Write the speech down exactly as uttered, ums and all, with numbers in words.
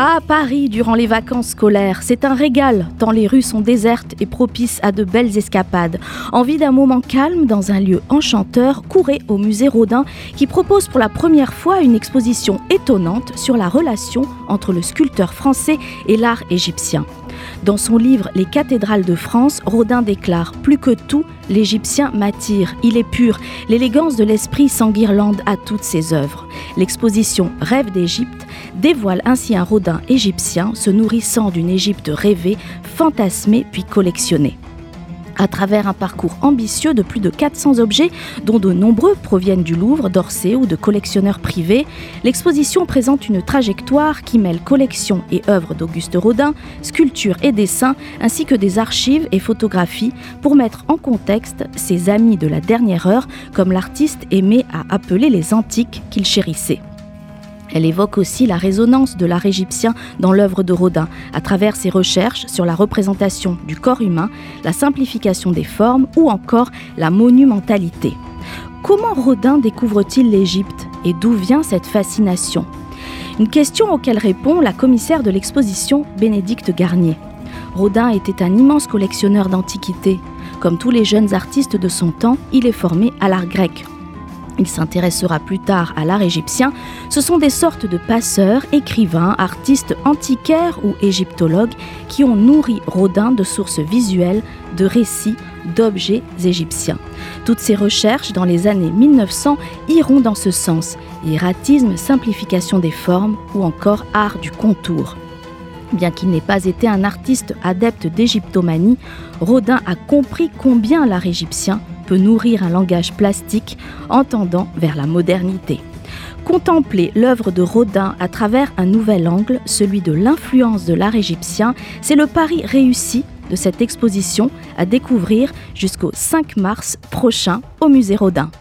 Ah, Paris, durant les vacances scolaires, c'est un régal, tant les rues sont désertes et propices à de belles escapades. Envie d'un moment calme dans un lieu enchanteur, courez au musée Rodin qui propose pour la première fois une exposition étonnante sur la relation entre le sculpteur français et l'art égyptien. Dans son livre « Les cathédrales de France », Rodin déclare « Plus que tout, l'Égyptien m'attire, il est pur, l'élégance de l'esprit s'enguirlande à toutes ses œuvres. » L'exposition « Rêve d'Égypte » dévoile ainsi un Rodin égyptien se nourrissant d'une Égypte rêvée, fantasmée puis collectionnée. À travers un parcours ambitieux de plus de quatre cents objets, dont de nombreux proviennent du Louvre, d'Orsay ou de collectionneurs privés, l'exposition présente une trajectoire qui mêle collection et œuvres d'Auguste Rodin, sculptures et dessins, ainsi que des archives et photographies pour mettre en contexte ses amis de la dernière heure, comme l'artiste aimait à appeler les antiques qu'il chérissait. Elle évoque aussi la résonance de l'art égyptien dans l'œuvre de Rodin, à travers ses recherches sur la représentation du corps humain, la simplification des formes ou encore la monumentalité. Comment Rodin découvre-t-il l'Égypte et d'où vient cette fascination ? Une question auquel répond la commissaire de l'exposition, Bénédicte Garnier. Rodin était un immense collectionneur d'antiquités. Comme tous les jeunes artistes de son temps, il est formé à l'art grec. Il s'intéressera plus tard à l'art égyptien. Ce sont des sortes de passeurs, écrivains, artistes antiquaires ou égyptologues qui ont nourri Rodin de sources visuelles, de récits, d'objets égyptiens. Toutes ces recherches dans les années mille neuf cents iront dans ce sens. Hiératisme, simplification des formes ou encore art du contour. Bien qu'il n'ait pas été un artiste adepte d'égyptomanie, Rodin a compris combien l'art égyptien peut nourrir un langage plastique en tendant vers la modernité. Contempler l'œuvre de Rodin à travers un nouvel angle, celui de l'influence de l'art égyptien, c'est le pari réussi de cette exposition à découvrir jusqu'au cinq mars prochain au musée Rodin.